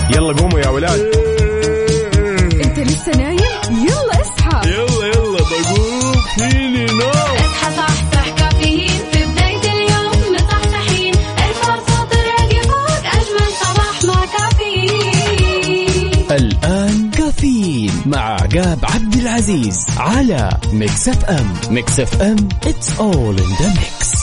يلا قوموا يا ولاد. انت لسه نايم؟ يلا اصحى. يلا بقوم فيني نوم. اصحى صحصح كافيين في بداية اليوم مصحصحين. ارفع صوت الراديو فوق أجمل صباح مع كافيين. الآن كافيين مع عقاب عبد العزيز على ميكس اف ام. ميكس اف ام it's all in the mix.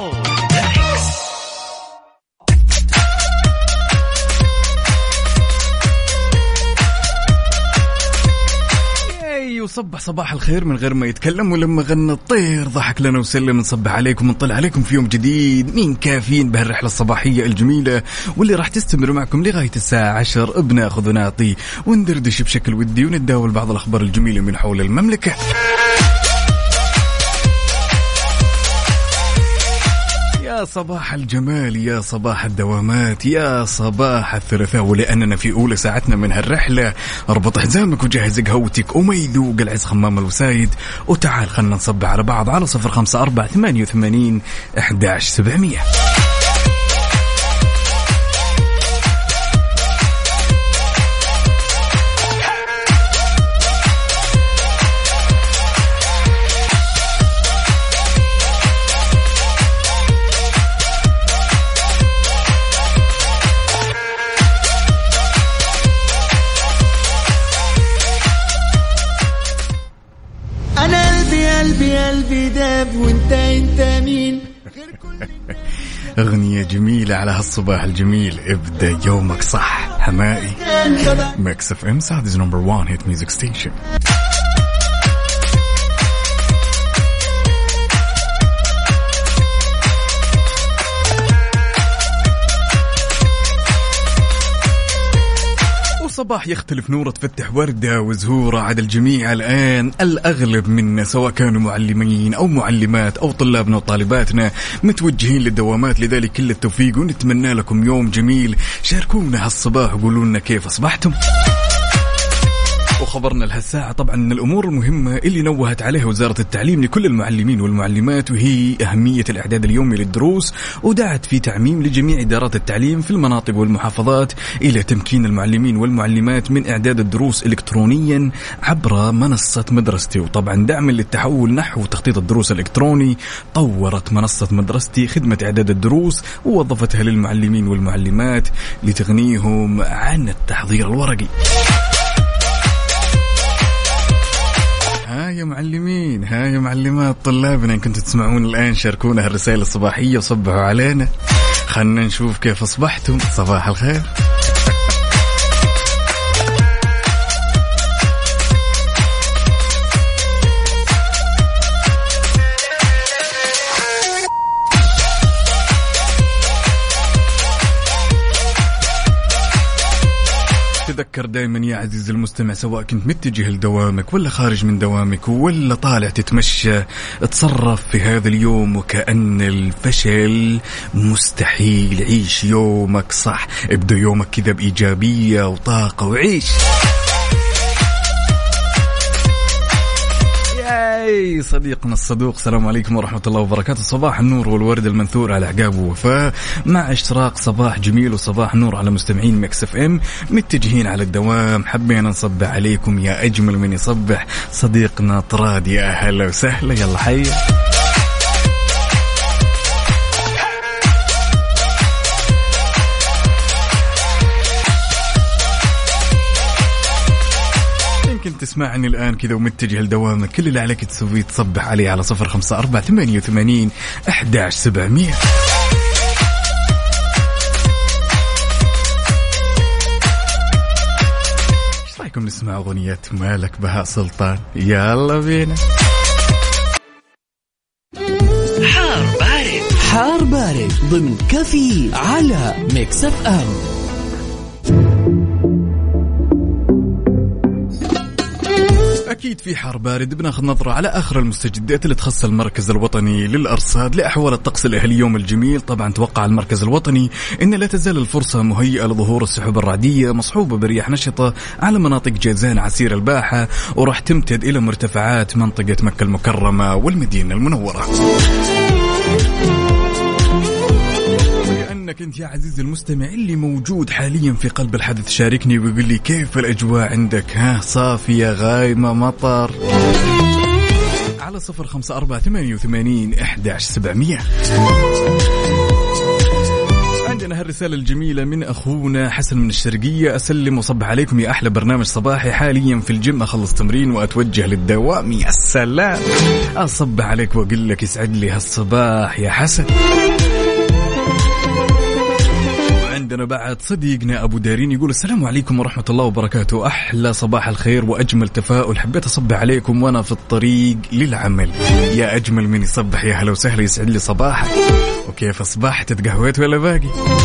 وصبح صباح الخير من غير ما يتكلم، ولما غنى الطير ضحك لنا وسلم. نصبح عليكم ونطلع عليكم في يوم جديد من كافيين بهالرحلة الصباحية الجميلة واللي راح تستمر معكم لغاية الساعة 10. بناخذ ونعطي وندردش بشكل ودي ونتداول بعض الأخبار الجميلة من حول المملكة. يا صباح الجمال، يا صباح الدوامات، يا صباح الثلاثاء، ولأننا في أولى ساعتنا من هالرحلة اربط حزامك وجهز قهوتك وما يذوق العز خمام الوسايد، وتعال خلنا نصبح على بعض على 0548811700. قلبي داب وانت مين. أغنية جميلة على هالصباح الجميل. ابدأ يومك صح حمائي. ميكس اف ام سعوديز نمبر 1 هيت ميوزك ستيشن. صباح يختلف نوره، تفتح وردة وزهورة عدا الجميع. الآن الأغلب منا سواء كانوا معلمين أو معلمات أو طلابنا وطالباتنا متوجهين للدوامات، لذلك كل التوفيق ونتمنى لكم يوم جميل. شاركونا هالصباح وقولوا لنا كيف أصبحتم. وخبرنا لهالساعة طبعا من الأمور المهمة اللي نوهت عليها وزارة التعليم لكل المعلمين والمعلمات، وهي أهمية الإعداد اليومي للدروس، ودعت في تعميم لجميع إدارات التعليم في المناطق والمحافظات إلى تمكين المعلمين والمعلمات من إعداد الدروس إلكترونيا عبر منصة مدرستي. وطبعا دعما للتحول نحو تخطيط الدروس الإلكتروني، طورت منصة مدرستي خدمة إعداد الدروس ووظفتها للمعلمين والمعلمات لتغنيهم عن التحضير الورقي. ها يا معلمين، ها يا معلمات طلابنا، إن كنتوا تسمعون الآن شاركونا هالرسائل الصباحية وصبحوا علينا. خلنا نشوف كيف أصبحتم. صباح الخير. تذكر دائما يا عزيز المستمع، سواء كنت متجه لدوامك ولا خارج من دوامك ولا طالع تتمشى، اتصرف في هذا اليوم وكأن الفشل مستحيل. عيش يومك صح، ابدأ يومك كذا بإيجابية وطاقة وعيش. صديقنا الصدوق، السلام عليكم ورحمة الله وبركاته. صباح النور والورد المنثور على عقاب ووفاء، مع اشتراق صباح جميل وصباح نور على مستمعين ميكس اف ام متجهين على الدوام. حبينا نصبح عليكم يا أجمل من يصبح صديقنا طراد. يا أهلا وسهلا، يلا حي. كنت تسمعني الآن كذا ومتجه لدوامك، كل اللي عليك تسويه تصبح عليه على 0548811700. ايش رايكم نسمع أغنية مالك بهاء سلطان؟ يلا بينا. حار بارد، حار بارد ضمن كافي على ميكس اف ام. أكيد في حار بارد. بناخذ نظرة على آخر المستجدات اللي تخص المركز الوطني للأرصاد لأحوال الطقس الأهلي يوم الجميل. طبعا توقع المركز الوطني إن لا تزال الفرصة مهيئة لظهور السحب الرعدية مصحوبة برياح نشطة على مناطق جازان عسير الباحة، وراح تمتد إلى مرتفعات منطقة مكة المكرمة والمدينة المنورة. منك أنت يا عزيزي المستمع اللي موجود حاليا في قلب الحدث، شاركني ويقول لي كيف الأجواء عندك، ها صافية غايمة مطر، على 0548811700. عندنا هالرسالة الجميلة من أخونا حسن من الشرقية: أسلم وصبح عليكم يا أحلى برنامج صباحي، حاليا في الجيم أخلص تمرين وأتوجه للدوام. يا سلام، أصبح عليك وأقول لك يسعد لي هالصباح يا حسن. عندنا بعد صديقنا أبو دارين يقول: السلام عليكم ورحمة الله وبركاته، أحلى صباح الخير وأجمل تفاؤل، حبيت أصبح عليكم وأنا في الطريق للعمل. يا أجمل من يصبح، يا هلا وسهلا، يسعد لي صباحك. وكيف أصبحت، تقهويت ولا باقي؟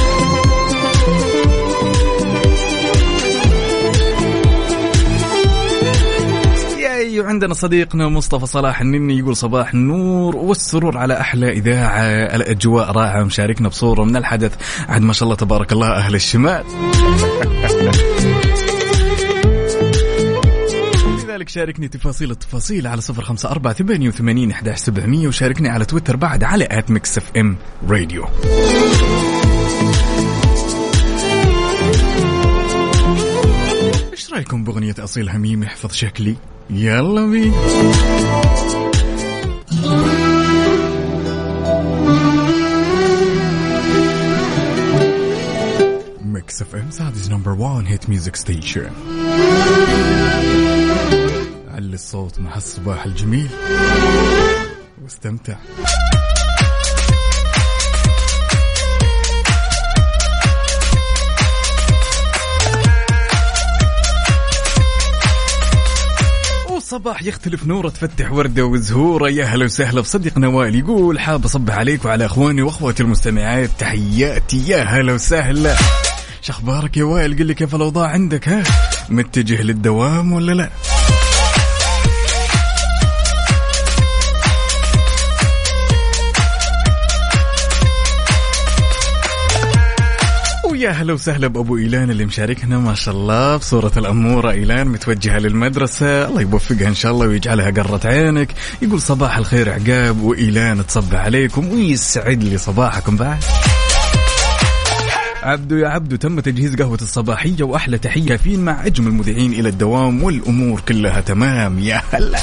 وعندنا صديقنا مصطفى صلاح النني يقول: صباح النور والسرور على أحلى إذاعة، الأجواء رائعة، مشاركنا بصورة من الحدث. عاد ما شاء الله تبارك الله أهل الشمال. لذلك شاركني التفاصيل على 0548811700، وشاركني على تويتر بعد على @mixfmradio. ايش رايكم بأغنية أصيل هميم يحفظ شكلي؟ يلا بي. Mix FM Saudi's #1 hit music station. علي الصوت مع الصباح الجميل واستمتع. صباح يختلف نوره، تفتح وردة وزهورة. يا هلا وسهلا بصديقنا وائل يقول: حاب أصبح عليك وعلى أخواني وأخواتي المستمعات، تحياتي. يا هلا وسهلا، شخبارك يا وائل؟ قل لي كيف الأوضاع عندك، ها متجه للدوام ولا لا؟ يا هلا وسهلا بأبو إيلان اللي مشاركنا ما شاء الله بصورة الأمورة. إيلان متوجهة للمدرسة، الله يوفقها إن شاء الله ويجعلها قرة عينك. يقول: صباح الخير عقاب وإيلان، تصبح عليكم ويسعد لي صباحكم. بعد عبدو يا عبدو، تم تجهيز قهوة الصباحية وأحلى تحية كافيين مع أجمل مذيعين إلى الدوام والأمور كلها تمام. يا هلا.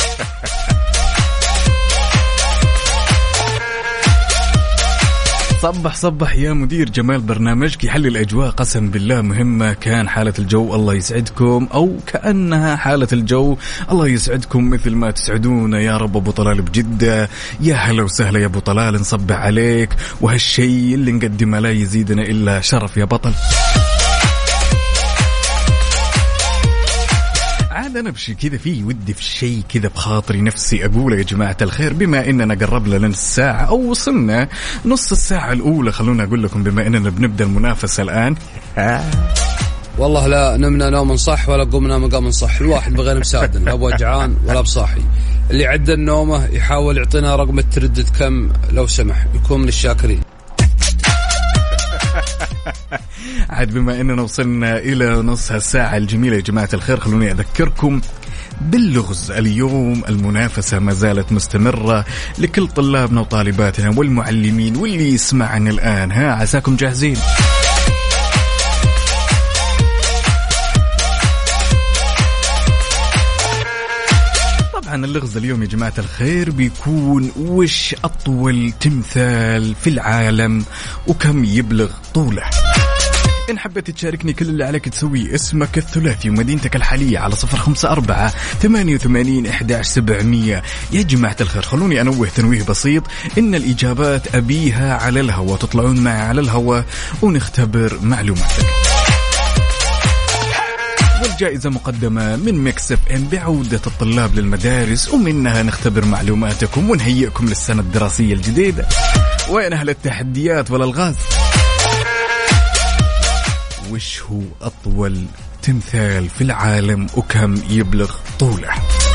صبح يا مدير جمال برنامجك، يحل الأجواء قسم بالله مهمة. كان حالة الجو الله يسعدكم، أو كأنها حالة الجو الله يسعدكم مثل ما تسعدونا يا رب. أبو طلال بجدة، يا هلا وسهلا يا أبو طلال، نصبح عليك، وهالشي اللي نقدمه لا يزيدنا إلا شرف يا بطل. أنا بشي كذا في ودي في شيء كذا بخاطري نفسي أقوله يا جماعة الخير، بما إننا قرب لنا الساعة أو وصلنا نص الساعة الأولى. خلونا أقول لكم بما إننا بنبدأ المنافسة الآن. والله لا نمنا نوم صح ولا قمنا مقام صح، الواحد بغير مساعد، لا بوجعان ولا بصاحي. اللي عدى النومه يحاول يعطينا رقم التردد كم لو سمح، يكون من الشاكرين. عاد بما أننا وصلنا إلى نص هالساعة الجميلة يا جماعة الخير، خلوني أذكركم باللغز. اليوم المنافسة ما زالت مستمرة لكل طلابنا وطالباتنا والمعلمين واللي يسمعنا الآن. ها عساكم جاهزين؟ طبعا اللغز اليوم يا جماعة الخير بيكون: وش أطول تمثال في العالم وكم يبلغ طوله؟ إن حبيت تشاركني كل اللي عليك تسوي اسمك الثلاثي ومدينتك الحالية على 0548811700. يا جماعة الخير خلوني أنوه تنويه بسيط، إن الإجابات أبيها على الهواء، تطلعون معي على الهواء ونختبر معلوماتك. والجائزة مقدمة من ميكس اف ام بعودة الطلاب للمدارس، ومنها نختبر معلوماتكم ونهيئكم للسنة الدراسية الجديدة. وين أهل التحديات والألغاز؟ وش هو أطول تمثال في العالم وكم يبلغ طوله؟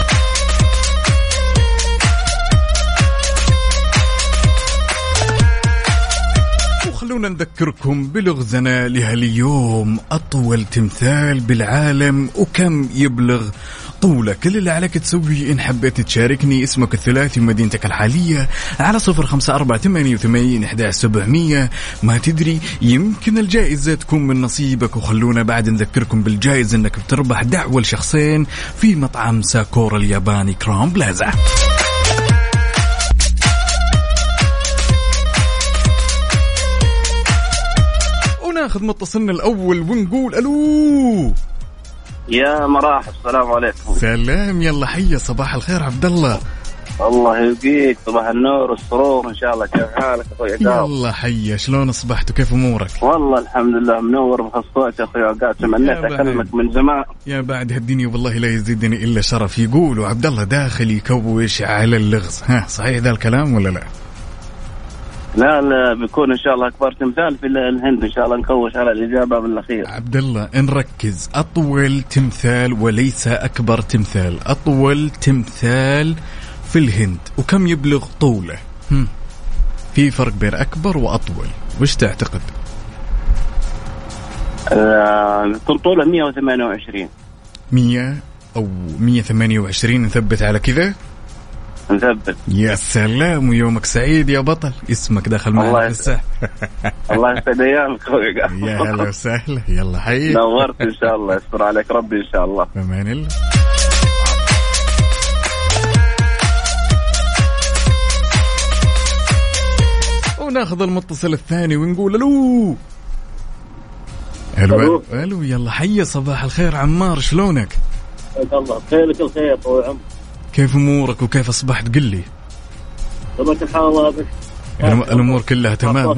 وخلونا نذكركم بلغزنا لهاليوم: أطول تمثال بالعالم وكم يبلغ طولة. كل اللي عليك تسوي إن حبيت تشاركني اسمك الثلاثي ومدينتك الحالية على 0548811700. ما تدري يمكن الجائزة تكون من نصيبك. وخلونا بعد نذكركم بالجائزة إنك بتربح دعوة لشخصين في مطعم ساكورا الياباني كراون بلازا. وناخذ متصلنا الأول ونقول ألو. يا مراحب، السلام عليكم. سلام، يلا حيا، صباح الخير عبد الله. الله يبقيك، صباح النور والسرور ان شاء الله. كيف حالك اخوي عقاب؟ يلا حيا، شلون اصبحت وكيف امورك؟ والله الحمد لله منور بخصوصك يا اخوي عقاب، تمنيت اكلمك من زمان. يا بعد هالدنيا والله لا يزيدني الا شرف. يقولوا عبد الله داخل يكوش على اللغز، ها صحيح ذا الكلام ولا لا؟ لا بيكون ان شاء الله اكبر تمثال في الهند ان شاء الله، نكوش على الاجابه بالاخير. عبد الله نركز، اطول تمثال وليس اكبر تمثال، اطول تمثال في الهند وكم يبلغ طوله؟ في فرق بين اكبر واطول، وش تعتقد؟ طوله 128. 100 او 128، نثبت على كذا؟ نثبت. يا سلام، ويومك سعيد يا بطل. اسمك دخل معنا في السحب. الله يسعد ايامك اخوي. يا هلا وسهلا، يلا حي. نورت ان شاء الله، يستر عليك ربي ان شاء الله. امان الله. وناخذ المتصل الثاني ونقول الو. الو الو، يلا حي، صباح الخير عمار، شلونك؟ الله خيرك الخير طويل عمرك. كيف امورك وكيف اصبحت؟ قل لي. تبارك الحال بس. الامور كلها تمام.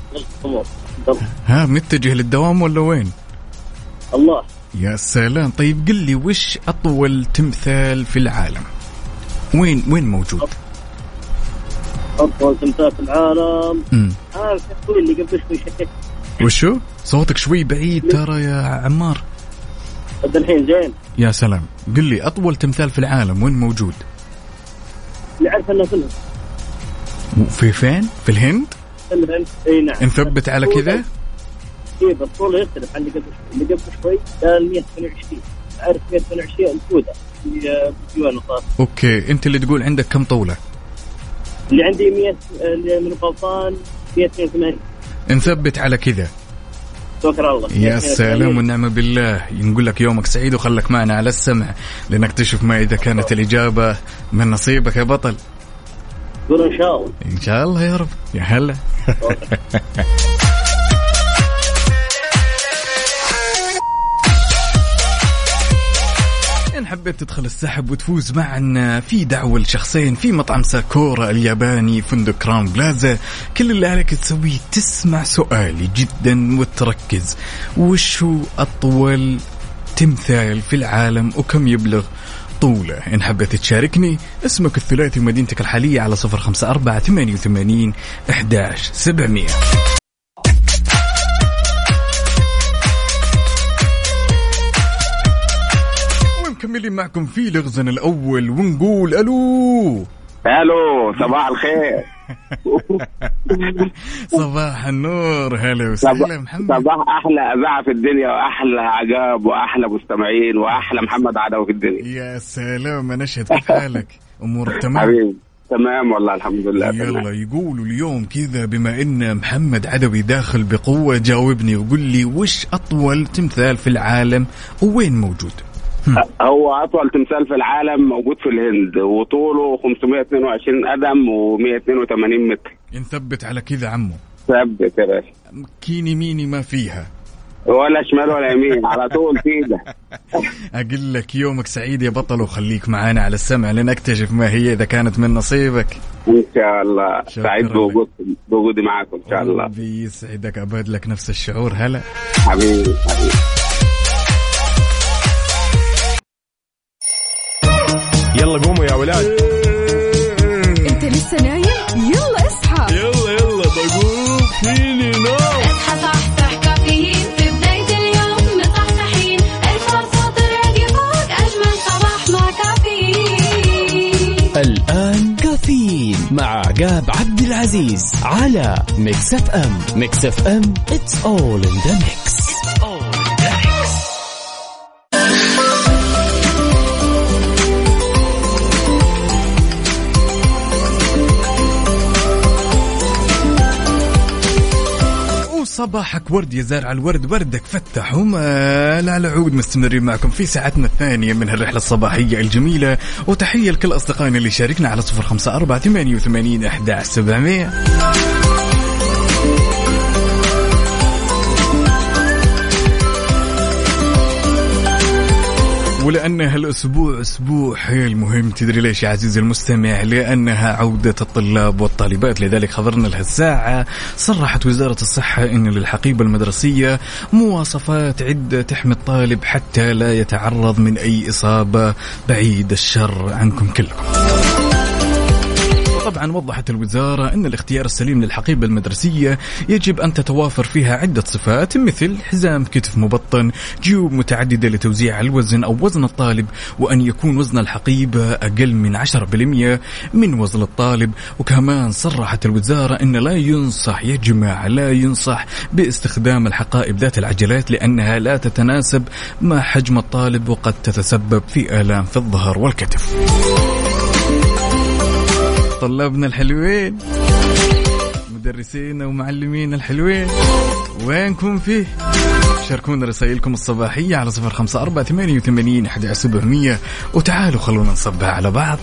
ها متجه للدوام ولا وين؟ الله. يا سلام، طيب قل لي وش اطول تمثال في العالم؟ وين موجود؟ أطول تمثال في العالم. عارف شوي اللي قبل شوي شكيت. وشو؟ صوتك شوي بعيد ترى يا عمار. الحين زين. يا سلام، قل لي أطول تمثال في العالم وين موجود؟ اللي عارف أنه في الهند. في فين؟ في الهند؟ في الهند، أي نعم. نثبت على كذا؟ إيه بس طوله يختلف عن اللي قبل شوي. ده 128. عارف 128 الفودة في ديوان وصار. أوكي، أنت اللي تقول عندك كم طولة؟ اللي عندي 100 من غلطان 182. نثبت على كذا. شكرا الله. يا سلام والنعمة بالله. نقول لك يومك سعيد وخلك معنا على السمع لنكتشف ما إذا كانت الإجابة من نصيبك يا بطل. قول إن شاء الله. إن شاء الله يا رب. يا هلا. إن حبيت تدخل السحب وتفوز معنا في دعوة لشخصين في مطعم ساكورا الياباني فندق كراون بلازا، كل اللي عليك تسويه تسمع سؤالي جدا وتركز. وش هو أطول تمثال في العالم وكم يبلغ طوله؟ إن حبيت تشاركني اسمك الثلاثي ومدينتك الحالية على 0548811700. مكملين معكم في لغزنا الأول ونقول ألو. ألو، صباح الخير. صباح النور، هلا وسهلا محمد. صباح أحلى أذاعة في الدنيا وأحلى عقاب وأحلى مستمعين وأحلى محمد عدوي في الدنيا. يا سلام، أنا أشهد. كيف حالك؟ أمورك تمام؟ حبيبي تمام والله الحمد لله. يلا تمام. يقولوا اليوم كذا بما إن محمد عدوي داخل بقوة، جاوبني وقل لي وش أطول تمثال في العالم وين موجود؟ هو أطول تمثال في العالم موجود في الهند وطوله 522 قدم و182 متر. نثبت على كذا عمو. ثبت يا باشا. كيني ميني ما فيها ولا شمال ولا يمين، على طول كده. أقول لك يومك سعيد يا بطل وخليك معانا على السمع لنكتشف ما هي إذا كانت من نصيبك. إن شاء الله. سعيد بوجودي معاكم إن شاء الله. بيسعدك، أباد لك نفس الشعور. هلا حبيبي. يلا قوموا يا ولاد. انت لسه نايم؟ يلا اصحى. يلا بقوم فيني نوم. اصحى صحصح كافيين في بداية اليوم مصحصحين. ارفع صوت الراديو فوق أجمل صباح مع كافيين. الآن كافيين مع عقاب عبد العزيز على ميكس اف ام. ميكس اف ام it's all in the mix. صباحك ورد يا زارع الورد، وردك فتح وما لا العود. مستمرين معكم في ساعتنا الثانية من هالرحلة الصباحية الجميلة، وتحية لكل أصدقائنا اللي شاركنا على 0548811700. ولأن هالأسبوع أسبوع حيل مهم، تدري ليش يا عزيزي المستمع؟ لأنها عودة الطلاب والطالبات. لذلك خبرنا لهالساعة صرحت وزارة الصحة أن للحقيبة المدرسية مواصفات عدة تحمي الطالب حتى لا يتعرض من أي إصابة، بعيد الشر عنكم كلكم. طبعا وضحت الوزارة أن الاختيار السليم للحقيبة المدرسية يجب أن تتوافر فيها عدة صفات، مثل حزام كتف مبطن، جيوب متعددة لتوزيع الوزن أو وزن الطالب، وأن يكون وزن الحقيبة أقل من 10% من وزن الطالب. وكمان صرحت الوزارة أن لا ينصح باستخدام الحقائب ذات العجلات لأنها لا تتناسب مع حجم الطالب وقد تتسبب في آلام في الظهر والكتف. طلابنا الحلوين، مدرسين ومعلمين الحلوين، وينكم فيه؟ شاركونا رسائلكم الصباحية على 0548811700 وتعالوا خلونا نصبح على بعض.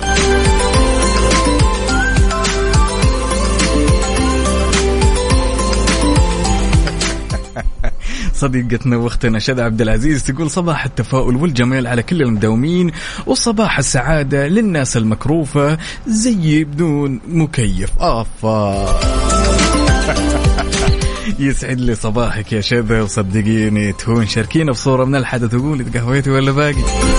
صديقتنا واختنا شذى عبد العزيز تقول صباح التفاؤل والجمال على كل المداومين، وصباح السعادة للناس المكروفة زي بدون مكيف. يسعد لي صباحك يا شذى، وصدقيني تهون. شاركينا بصورة من الحدث وقولي تقهويتي ولا باقي.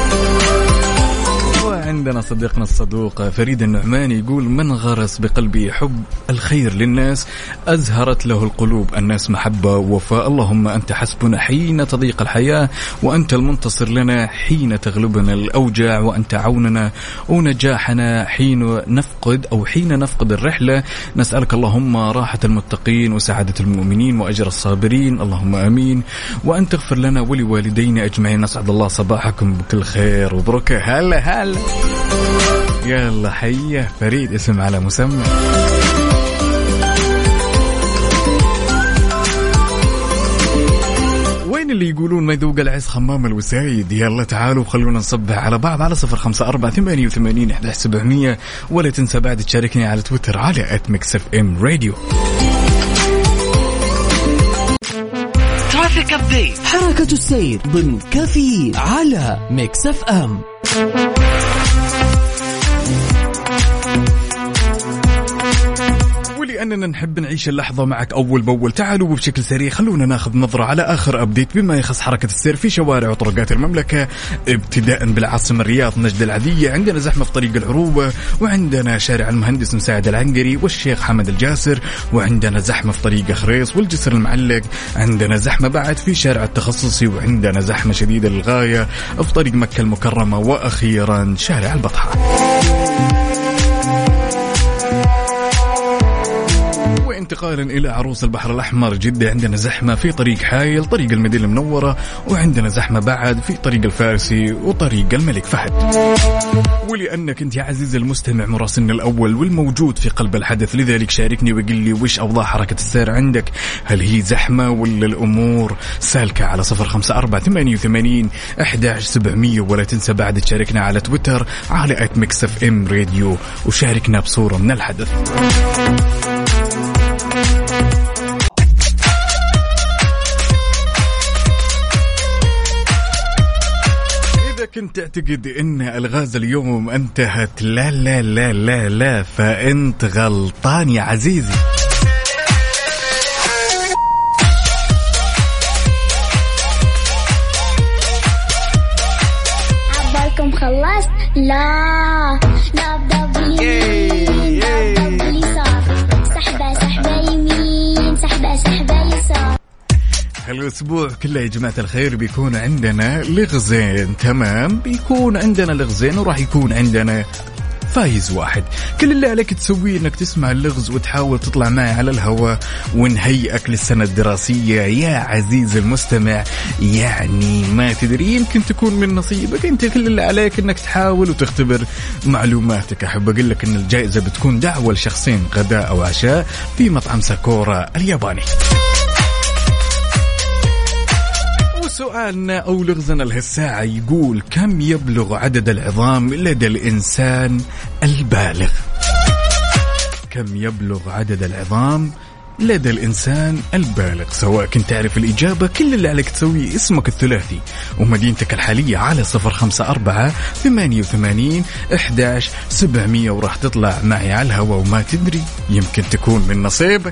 عندنا صديقنا الصدوق فريد النعماني يقول من غرس بقلبي حب الخير للناس أزهرت له القلوب، الناس محبة ووفاء، اللهم أنت حسبنا حين تضيق الحياة، وأنت المنتصر لنا حين تغلبنا الأوجاع، وأنت عوننا ونجاحنا حين نفقد الرحلة. نسألك اللهم راحة المتقين وسعادة المؤمنين وأجر الصابرين، اللهم آمين، وأن تغفر لنا ولوالدينا أجمعين. نسعد الله صباحكم بكل خير وبركة. هلا يلا حية فريد، اسم على مسمى. وين اللي يقولون ما يذوق العز خمام الوسايد؟ يلا تعالوا خلونا نصبح على بعض على 0548811700. ولا تنسى بعد تشاركني على تويتر على @mixfmradio. ترافيك أبديت، حركة السير ضمن كافيين على ميكس اف ام. لأننا نحب نعيش اللحظة معك أول بأول، تعالوا وبشكل سريع خلونا ناخذ نظرة على آخر أبديت بما يخص حركة السير في شوارع وطرقات المملكة. ابتداء بالعاصمة الرياض نجد العدية، عندنا زحمة في طريق العروبة، وعندنا شارع المهندس مساعد العنقري والشيخ حمد الجاسر، وعندنا زحمة في طريق خريص والجسر المعلق، عندنا زحمة بعد في شارع التخصصي، وعندنا زحمة شديدة للغاية في طريق مكة المكرمة، وأخيرا شارع البطحة. انتقالا إلى عروس البحر الأحمر جدة، عندنا زحمة في طريق حايل طريق المدينة المنورة، وعندنا زحمة بعد في طريق الفارسي وطريق الملك فهد. ولأنك أنت يا عزيزي المستمع مراسلنا الأول والموجود في قلب الحدث، لذلك شاركني وقل لي وش أوضاع حركة السير عندك، هل هي زحمة ولا الأمور سالكة؟ على 0548811700. ولا تنسى بعد تشاركنا على تويتر على @mixfmradio وشاركنا بصورة من الحدث. كنت تعتقد ان الغاز اليوم انتهت، لا لا لا لا لا، فانت غلطان يا عزيزي. عبالكم خلصت؟ لا ابدا باليسار، سحبه يمين، سحبه يسار. هالأسبوع كله يا جماعة الخير بيكون عندنا لغزين، تمام؟ بيكون عندنا لغزين وراح يكون عندنا فايز واحد. كل اللي عليك تسويه انك تسمع اللغز وتحاول تطلع معي على الهواء ونهيئك للسنة الدراسية يا عزيز المستمع. يعني ما تدري يمكن تكون من نصيبك انت، كل اللي عليك انك تحاول وتختبر معلوماتك. احب اقول لك ان الجائزة بتكون دعوة لشخصين غداء او عشاء في مطعم ساكورا الياباني. وسؤالنا أو لغزنا لهالساعة يقول كم يبلغ عدد العظام لدى الإنسان البالغ؟ كم يبلغ عدد العظام لدى الإنسان البالغ؟ سواء كنت تعرف الإجابة كل اللي عليك تسويه اسمك الثلاثي ومدينتك الحالية على 0548811700 وراح تطلع معي على الهواء وما تدري يمكن تكون من نصيبك.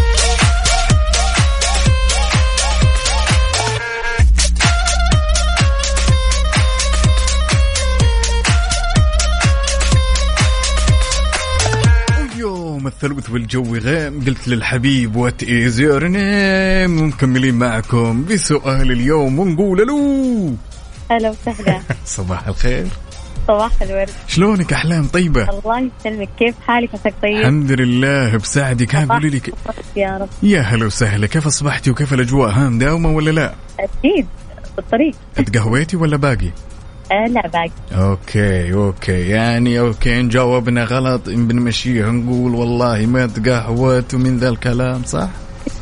الثلوث والجو غيم قلت للحبيب وات ايز يور نيم. ومكملين معكم بسؤال اليوم ونقول الو. هلا وسهلا. صباح الخير. صباح الورد. شلونك أحلام طيبة؟ الله يسلمك، كيف حالك عساك طيب؟ الحمد لله بساعدك. ها قولي لي يا رب. يا هلا وسهلا، كيف أصبحتي وكيف الأجواء؟ ها مداومة ولا لا؟ أكيد بالطريق. اتقهويتي ولا باقي؟ لا باقي. اوكي يعني اوكي نجاوبنا غلط بنمشيها نقول والله ما تقهوت ومن ذا الكلام صح.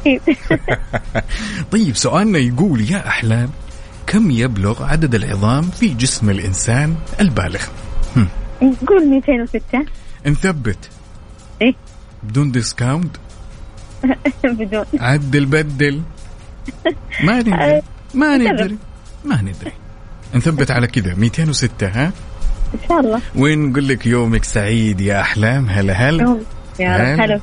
طيب سؤالنا يقول يا أحلام كم يبلغ عدد العظام في جسم الإنسان البالغ؟ نقول 206. نثبت ايه بدون ديسكاونت؟ بدون عدل بدل ما ندري نثبت على كذا 206. ها إن شاء الله. وين نقول لك يومك سعيد يا أحلام. هلا يا رب. هلا.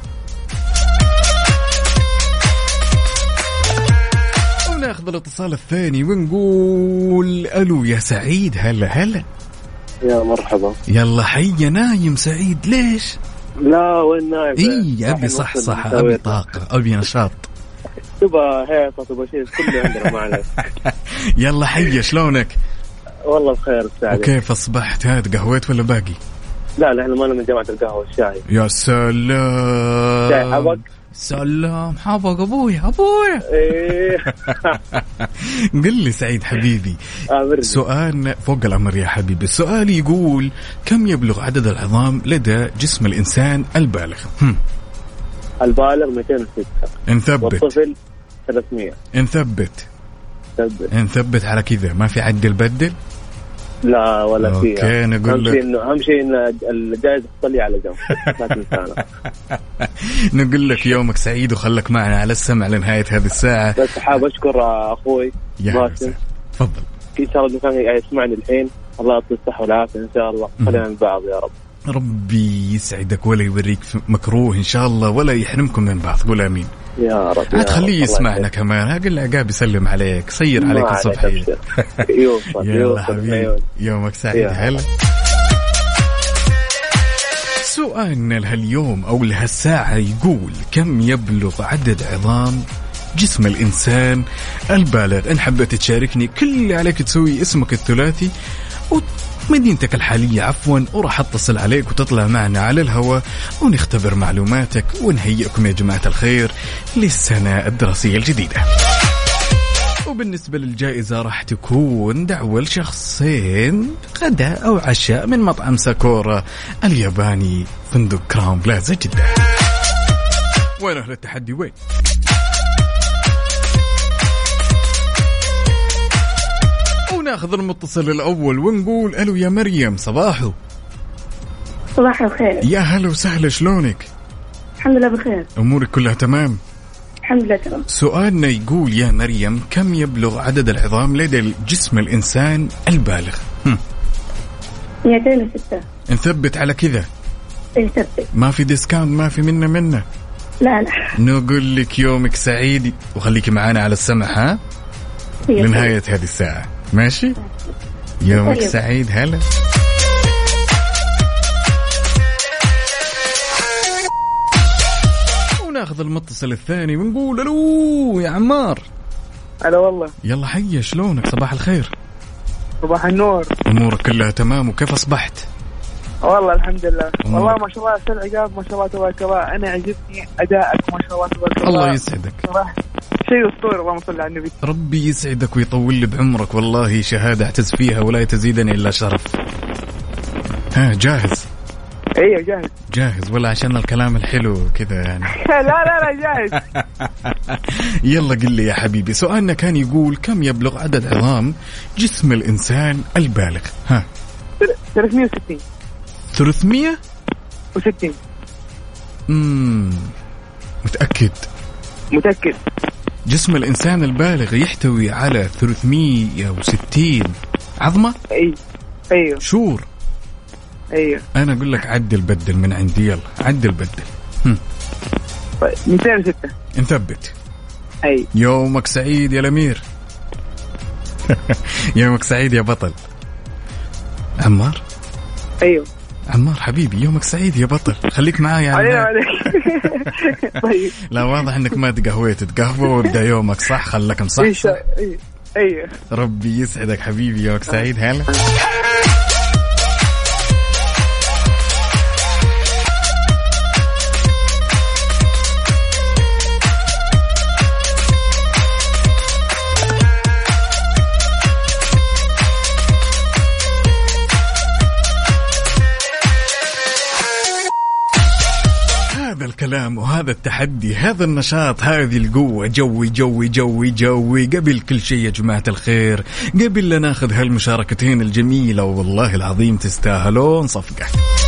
وناخذ الاتصال الثاني ونقول ألو يا سعيد. هلا يا مرحبا. يلا حي. نايم سعيد ليش؟ لا وين نايم؟ إيه أبي صح أبي طاقة أبي نشاط. تبى هيصة تبى شيء كله عندنا معنا. يلا حي شلونك؟ والله بخير السعادة. وكيف أصبحت؟ هاد قهوت ولا باقي؟ لا احنا ما من جماعة القهوة الشاي. يا سلام. شاي حبق. سلام حبق أبويا. إيه. قل لي سعيد حبيبي سؤال فوق الأمر يا حبيبي. السؤال يقول كم يبلغ عدد العظام لدى جسم الإنسان البالغ؟ البالغ 206. نثبت. والطفل 300. نثبت على كذا ما في عدل بدل. لا ولا فيها. اوكي نقول لك اهم شيء ان الجائزة تصلي على جنب. نقول لك يومك سعيد وخلك معنا على السمع لنهاية هذه الساعة. بس حاب اشكر اخوي باسم. تفضل. ان شاء الله كان يسمعني الحين الله يعطيه الصحة والعافية ان شاء الله. خلينا من بعض يا رب. ربي يسعدك ولا يوريك مكروه إن شاء الله ولا يحرمكم من بعض. قول آمين يا رب. هتخليه يسمعنا كمان. هقول عقاب يسلم عليك صير عليك الصبحية. يلا حبيبي يومك سعيد. هلا. سؤالنا لهاليوم أو لهالساعة يقول كم يبلغ عدد عظام جسم الإنسان البالغ؟ إن حبيت تشاركني كل اللي عليك تسوي اسمك الثلاثي مدينتك الحالية عفوا وراح اتصل عليك وتطلع معنا على الهواء ونختبر معلوماتك ونهيئكم يا جماعة الخير للسنة الدراسية الجديدة. وبالنسبة للجائزة راح تكون دعوة لشخصين غداء أو عشاء من مطعم ساكورا الياباني فندق كراون بلازا جدة. وين أهل التحدي وين؟ وناخذ المتصل الأول ونقول ألو يا مريم. صباحو. صباح الخير. يا هلا وسهلا شلونك؟ الحمد لله بخير. أمورك كلها تمام؟ الحمد لله تمام. سؤالنا يقول يا مريم كم يبلغ عدد العظام لدى جسم الإنسان البالغ؟ 206. نثبت على كذا. نثبت. ما في ديسكاونت ما في منا. لا نقول لك يومك سعيد وخليكي معانا على السمع. ها لنهاية هذه الساعة ماشي. يومك سعيد. هلا. وناخذ المتصل الثاني ونقول الو يا عمار. هلا والله. يلا حي شلونك؟ صباح الخير. صباح النور. امورك كلها تمام وكيف اصبحت؟ والله الحمد لله. والله ما شاء الله استاذ عقاب ما شاء الله تبارك الله. انا عجبني ادائك ما شاء الله تبارك الله. الله يسعدك. صراحه شيء اسطوري. اللهم صل على النبي. ربي يسعدك ويطول لي بعمرك والله شهاده اعتز فيها ولا تزيدني الا شرف. ها جاهز؟ ايوه جاهز. جاهز ولا عشان الكلام الحلو كذا يعني؟ لا جاهز. يلا قل لي يا حبيبي، سؤالنا كان يقول كم يبلغ عدد عظام جسم الإنسان البالغ؟ ها 360. 360. متأكد؟ متأكد. جسم الإنسان البالغ يحتوي على 360 عظمة؟ ايوه. شور. ايوه. انا اقول لك عدل بدل من عندي، يلا عدل بدل. طيب 206. نثبت. اي. يومك سعيد يا الأمير. يومك سعيد يا بطل. عمار. ايوه عمار حبيبي يومك سعيد يا بطل، خليك معايا عليك. طيب لا واضح انك ما تقهويت، تقهوى وابدا يومك صح، خلك مصح. ايوه ربي يسعدك حبيبي، يومك سعيد. هلا الكلام وهذا التحدي، هذا النشاط، هذه القوة، جوي جوي جوي جوي. قبل كل شيء يا جماعة الخير، قبل لا ناخذ هالمشاركتين الجميلة والله العظيم تستاهلون صفقة.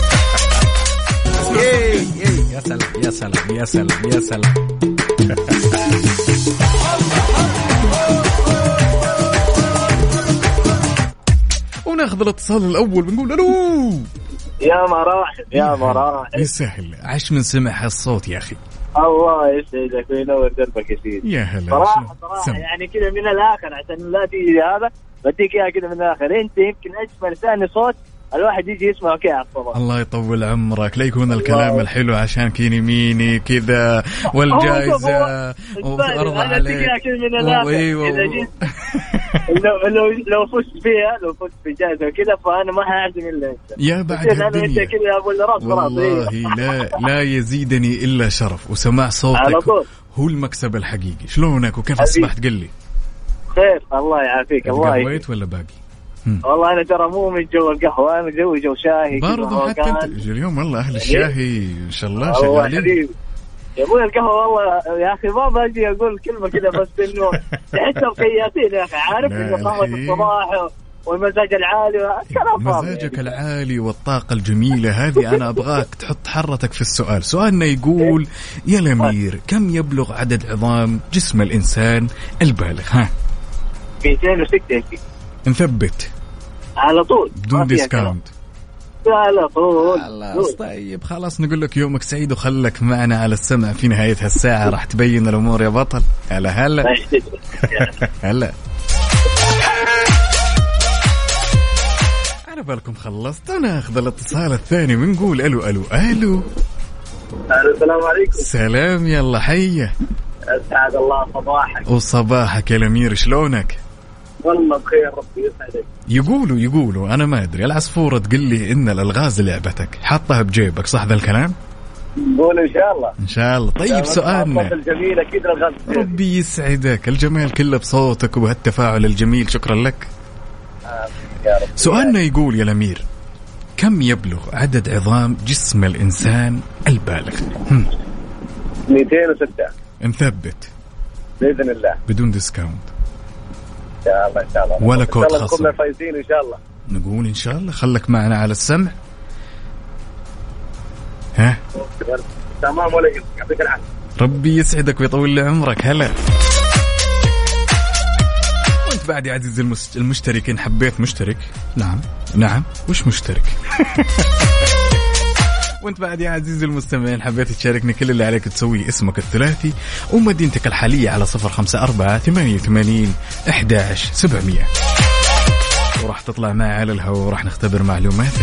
يا سلام يا سلام يا سلام يا سلام. وناخذ الاتصال الأول بنقول ألو. يا مراحب يا مراحب. يسهل، عش من سمع هالصوت يا أخي. الله يسعدك وينور دربك يا سيدي. يا هلا. صراحة يعني كذا من الآخر عشان لا تيجي هذا بديك إياها كذا من الآخر. أنت يمكن أجمل ثاني صوت الواحد يجي يسمع كذا على الصباح. الله يطول عمرك، لا يكون الكلام الحلو عشان كيني ميني كذا والجائزة وأرضى عليك. لو فزت فيها، لو فزت في جائزة كذا فأنا ما هعزم إلا أنت. يا بعد الدنيا والله لا يزيدني إلا شرف وسماع صوتك هو المكسب الحقيقي. شلونك وكيف أصبحت؟ قل لي. خير الله يعافيك. الله قهويت ولا باقي؟ والله أنا ترى مو من جو القهوة، أنا جو شاهي برضو. حتى أنت اليوم والله أهل الشاهي إن شاء الله شغالين. يا أبوي القهوة والله يا أخي ما باجي أقول كلمة كذا بس إنه تحسهم خياطين يا أخي، عارف إنه قهوة الصباح والمزاج العالي. مزاجك العالي والطاقة الجميلة هذه أنا أبغاك تحط حرتك في السؤال. سؤالنا يقول يا الأمير كم يبلغ عدد عظام جسم الإنسان البالغ؟ ها 206. نثبت على طول بدون ديسكاونت على طول. خلاص طيب خلاص نقول لك يومك سعيد وخلك معنا على السمع في نهاية هالساعة راح تبين الأمور يا بطل. هلا هلا هلا. على بالكم خلصت. أنا أخذ الاتصال الثاني ونقول ألو ألو ألو. السلام عليكم. سلام يلا حية. أسعد الله صباحك. وصباحك يا الأمير، شلونك؟ والله بخير ربي يسعدك. يقولوا أنا ما أدري، العصفورة تقول لي إن الألغاز لعبتك حطها بجيبك، صح ذا الكلام؟ نقول إن شاء الله. إن شاء الله. طيب سؤالنا الجميل أكيد الغاز. ربي يسعدك، الجمال كله بصوتك وبهالتفاعل الجميل، شكرا لك. سؤالنا يقول يا الأمير كم يبلغ عدد عظام جسم الإنسان البالغ؟ 206. نثبت بإذن الله بدون ديسكاونت إن شاء الله. إن شاء الله ولا كود خاص. كلنا فايزين إن شاء الله. نقول إن شاء الله. خلك معنا على السمع. ها تمام ولا يعطيك العافية. ربي يسعدك ويطول لي عمرك. هلا. وانت بعد يا عزيزي المشترك إن حبيت مشترك. نعم وش مشترك؟ وانت بعد يا عزيزي المستمعين حبيت تشاركني، كل اللي عليك تسويه اسمك الثلاثي ومدينتك الحالية على 0548811700 وراح تطلع معي على الهواء وراح نختبر معلوماتك،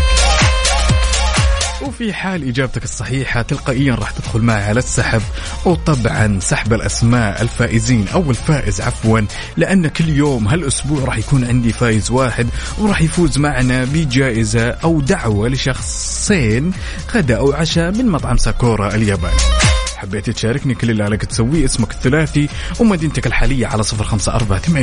وفي حال إجابتك الصحيحة تلقائيا راح تدخل معي على السحب، وطبعا سحب الأسماء الفائزين أو الفائز عفوا، لأن كل يوم هالأسبوع راح يكون عندي فائز واحد وراح يفوز معنا بجائزة أو دعوة لشخصين غدا أو عشاء من مطعم ساكورا الياباني. حبيت تشاركني، كل اللي عليك تسويه اسمك الثلاثي ومدينتك الحالية على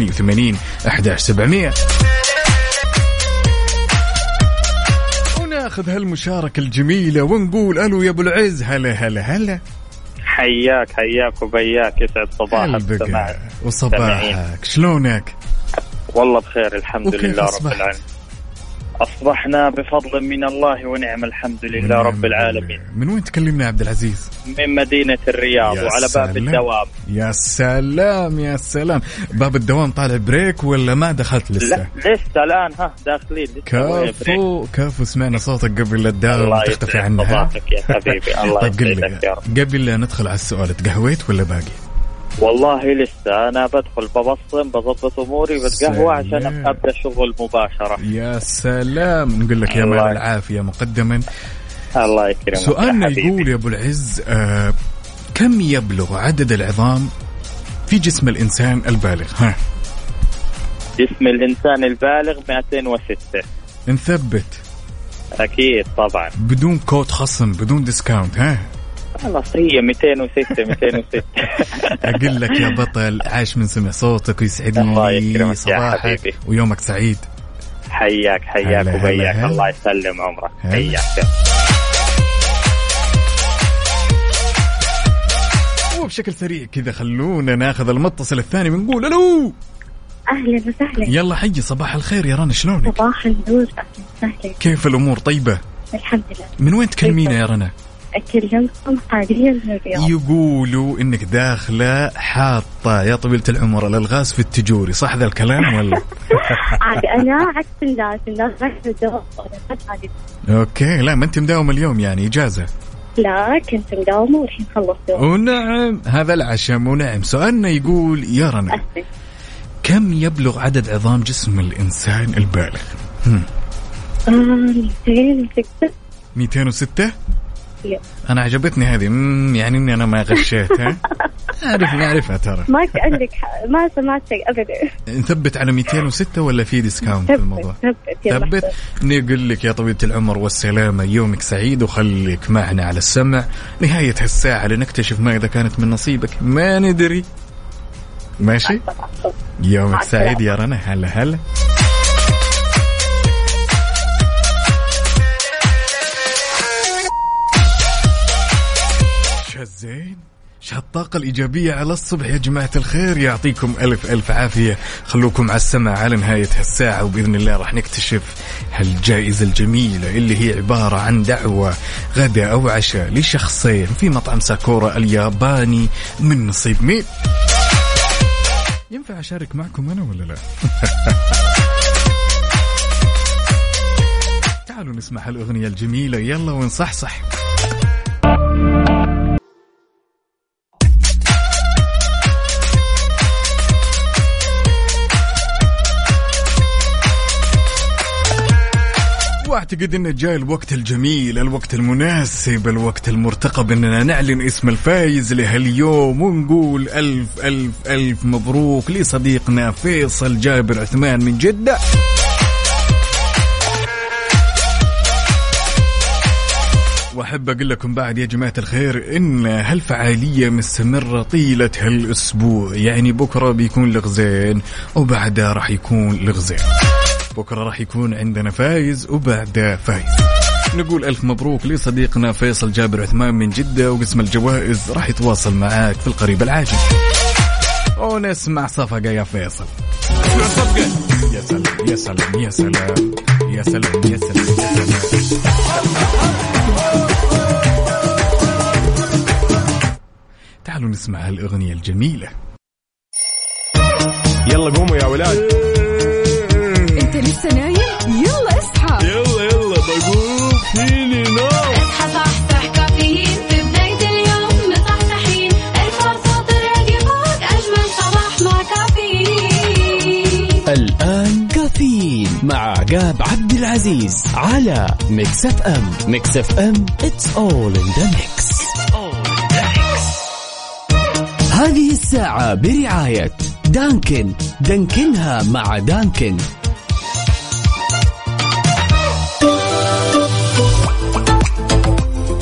0548811700. وناخذ هالمشاركة الجميلة ونقول ألو يا أبو العز. هلا هلا هلا. حياك وبياك، يسعد صباحك وصباحك. شلونك؟ والله بخير الحمد لله رب العالمين. أصبحنا بفضل من الله ونعم الحمد لله رب العالمين. من وين تكلمنا عبد العزيز؟ من مدينة الرياض وعلى باب الدوام. يا سلام يا سلام. باب الدوام طالع بريك ولا ما دخلت لسه؟ لا لسه الآن داخلين. كفو سمعنا صوتك قبل لا تداوم تختفي عنا. صباحك يا حبيبي. الله يسعدك يا رب. قبل لا ندخل على السؤال، تقهويت ولا باقي؟ والله لسه أنا بدخل بضبط أموري بتقهوى عشان أبدأ شغل مباشرة. يا سلام. نقول لك يا مال العافية مقدما. الله يكرمك. سؤالنا يقول يا أبو العز، كم يبلغ عدد العظام في جسم الإنسان البالغ؟ جسم الإنسان البالغ 206. نثبت؟ أكيد طبعا. بدون كود خصم، بدون ديسكاونت. خلاص هي 206. أقول لك يا بطل، عاش من سمع صوتك ويسعدني صباحك ويومك سعيد. حياك وبياك. الله يسلم عمرك. حياك. وبشكل سريع كذا خلونا ناخذ المتصل الثاني ونقول ألو. أهلا وسهلا. يلا حي. صباح الخير يا رنا، شلونك؟ صباح النور. أهلا وسهلا. كيف الأمور؟ طيبة الحمد لله. من وين تكلمينا يا رنا؟ أكلمكم حاليا من الرياض. يقولوا إنك داخلة حاطة يا طويلة العمر الألغاز في التجوري، صح ذا الكلام ولا؟ عاد أنا عكس الناس رحت الدوام. أوكي. لا ما أنت مداوم اليوم يعني إجازة؟ لا كنت مداومة والحين خلصت. ونعم هذا العشم. ونعم سؤالنا يقول يا رنا، كم يبلغ عدد عظام جسم الإنسان البالغ؟ 206. 206. أنا عجبتني هذه. يعني إني أنا ما غشيت. نعرفها ترى. ما كأنك ما سمعت شيء أبدا. نثبت على 206 ولا في ديسكاونت في الموضوع؟ ثبت. نقول لك يا طويلة العمر والسلامة يومك سعيد وخليك معنا على السمع نهاية هالساعة لنكتشف ما إذا كانت من نصيبك، ما ندري. ماشي. يومك سعيد يا رنا. هلا. زين. الطاقة الإيجابية على الصبح يا جماعة الخير. يعطيكم ألف عافية. خلوكم على السمع على نهاية هالساعة وبإذن الله راح نكتشف هالجائزة الجميلة اللي هي عبارة عن دعوة غداء أو عشاء لشخصين في مطعم ساكورا الياباني من نصيب مين. ينفع أشارك معكم أنا ولا لا؟ تعالوا نسمع هالأغنية الجميلة يلا ونصحصح. واعتقد ان جاء الوقت الجميل، الوقت المناسب، الوقت المرتقب اننا نعلن اسم الفايز لهاليوم ونقول ألف مبروك لصديقنا فيصل جابر عثمان من جدة. واحب اقول لكم بعد يا جماعة الخير ان هالفعالية مستمرة طيلة هالاسبوع، يعني بكرة بيكون لغزين وبعدها راح يكون لغزين. بكرة راح يكون عندنا فايز وبعد فايز. نقول ألف مبروك لصديقنا فيصل جابر عثمان من جدة، وقسم الجوائز راح يتواصل معاك في القريب العاجل. ونسمع صفقة يا فيصل. يا سلام يا سلام يا سلام يا سلام يا سلام يا سلام. تعالوا نسمع هالأغنية الجميلة. يلا قوموا يا ولاد. انت لسه نايم؟ يلا اصحى. يلا بقوم فيني نوم. اصحى صحصح كافيين في بداية اليوم مصحصحين. ارفع صوت الراديو فوق أجمل صباح مع كافيين. الآن كافيين مع عقاب عبد العزيز على ميكس اف ام. ميكس اف ام it's all in the mix. هذه الساعة برعاية دانكن. دانكنها مع دانكن.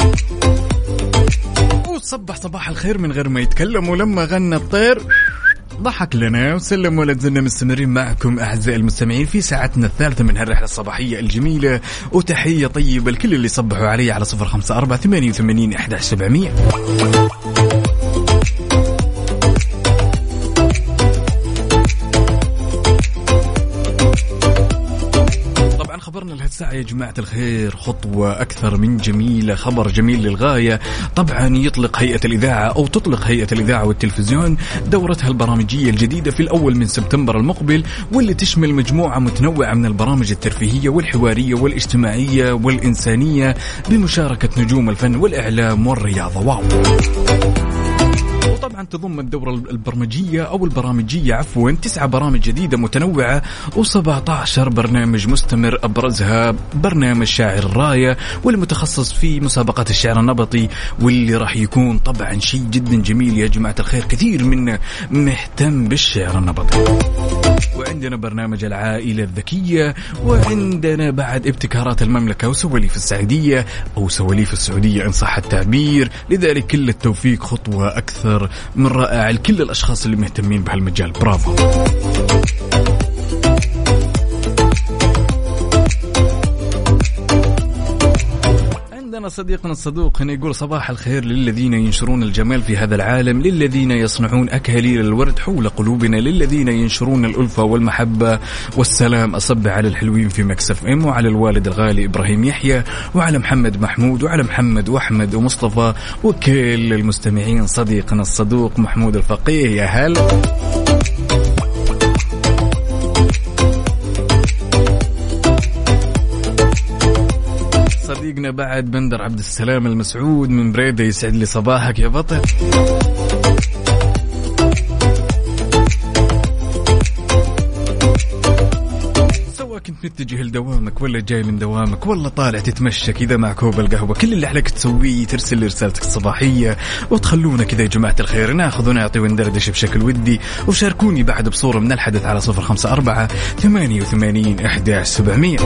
صبح الخير من غير ما يتكلم، ولما غنى الطير ضحك لنا وسلم ولا زلنا مستمرين معكم أعزائي المستمعين في ساعتنا الثالثة من هالرحلة الصباحية الجميلة. وتحية طيبة لكل اللي صبحوا علي على 0548811700. خبرنا لهالساعة يا جماعة الخير خطوة أكثر من جميلة، خبر جميل للغاية. طبعا يطلق هيئة الإذاعة أو تطلق هيئة الإذاعة والتلفزيون دورتها البرامجية الجديدة في الأول من سبتمبر المقبل، واللي تشمل مجموعة متنوعة من البرامج الترفيهية والحوارية والاجتماعية والإنسانية بمشاركة نجوم الفن والإعلام والرياضة. واو. طبعا تضم الدورة البرمجية أو البرامجية 9 برامج جديدة متنوعة و17 برنامج مستمر، أبرزها برنامج شاعر الراية والمتخصص في مسابقات الشعر النبطي، واللي راح يكون طبعا شيء جدا جميل يا جماعة الخير. كثير منا مهتم بالشعر النبطي. وعندنا برنامج العائلة الذكية، وعندنا بعد ابتكارات المملكة وسواليف السعودية أو سواليف السعودية إن صح التعبير. لذلك كل التوفيق، خطوة أكثر من رائعة لكل الأشخاص اللي مهتمين بهالمجال. برافو. عندنا صديقنا الصدوق هنا يقول صباح الخير للذين ينشرون الجمال في هذا العالم، للذين يصنعون أكاليل الورد حول قلوبنا، للذين ينشرون الألفة والمحبة والسلام. أصب على الحلوين في مكس اف ام، وعلى الوالد الغالي إبراهيم يحيى، وعلى محمد محمود، وعلى محمد وأحمد ومصطفى وكل المستمعين. صديقنا الصدوق محمود الفقيه، يا هلا. صديقنا بعد بندر عبد السلام المسعود من بريدة، يسعد لي صباحك يا بطل. سواء كنت متجه لدوامك ولا جاي من دوامك ولا طالع تتمشى كذا مع كوب القهوة، كل اللي عليك تسويه ترسل لي رسالتك الصباحية وتخلونا كذا يا جماعة الخير ناخذ ونعطي وندردش بشكل ودي. وشاركوني بعد بصورة من الحدث على 0548811700.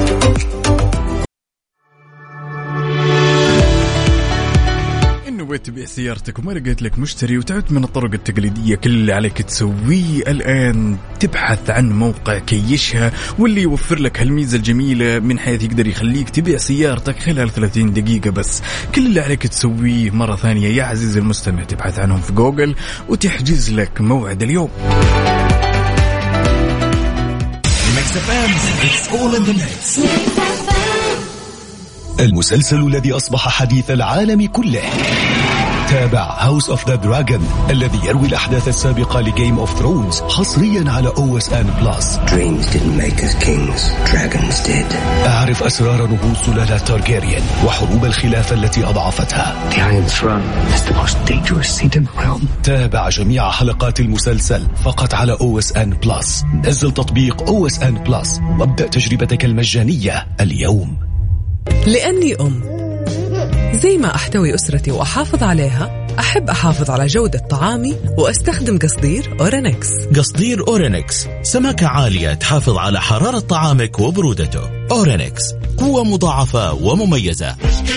تبيع سيارتك وما لقيت لك مشتري وتعبت من الطرق التقليدية، كل اللي عليك تسويه الآن تبحث عن موقع كيشها، واللي يوفر لك هالميزة الجميلة من حيث يقدر يخليك تبيع سيارتك خلال 30 دقيقة بس. كل اللي عليك تسويه مرة ثانية يا عزيزي المستمع تبحث عنهم في جوجل وتحجز لك موعد اليوم. المسلسل الذي أصبح حديث العالم كله. تابع House of the Dragon الذي يروي الأحداث السابقة لGame of Thrones حصريا على OSN+. Dreams didn't make us kings, dragons did. أعرف أسرار نهوض سلالة تارجيريان وحروب الخلافة التي أضعفتها. The Iron Throne is the most dangerous seat in the realm. تابع جميع حلقات المسلسل فقط على OSN+. نزل تطبيق OSN+ وابدأ تجربتك المجانية اليوم. لأني زي ما أحتوي أسرتي وأحافظ عليها، أحب أحافظ على جودة طعامي وأستخدم قصدير أورينكس. قصدير أورينكس سمكة عالية تحافظ على حرارة طعامك وبرودته. أورينكس قوة مضاعفة ومميزة.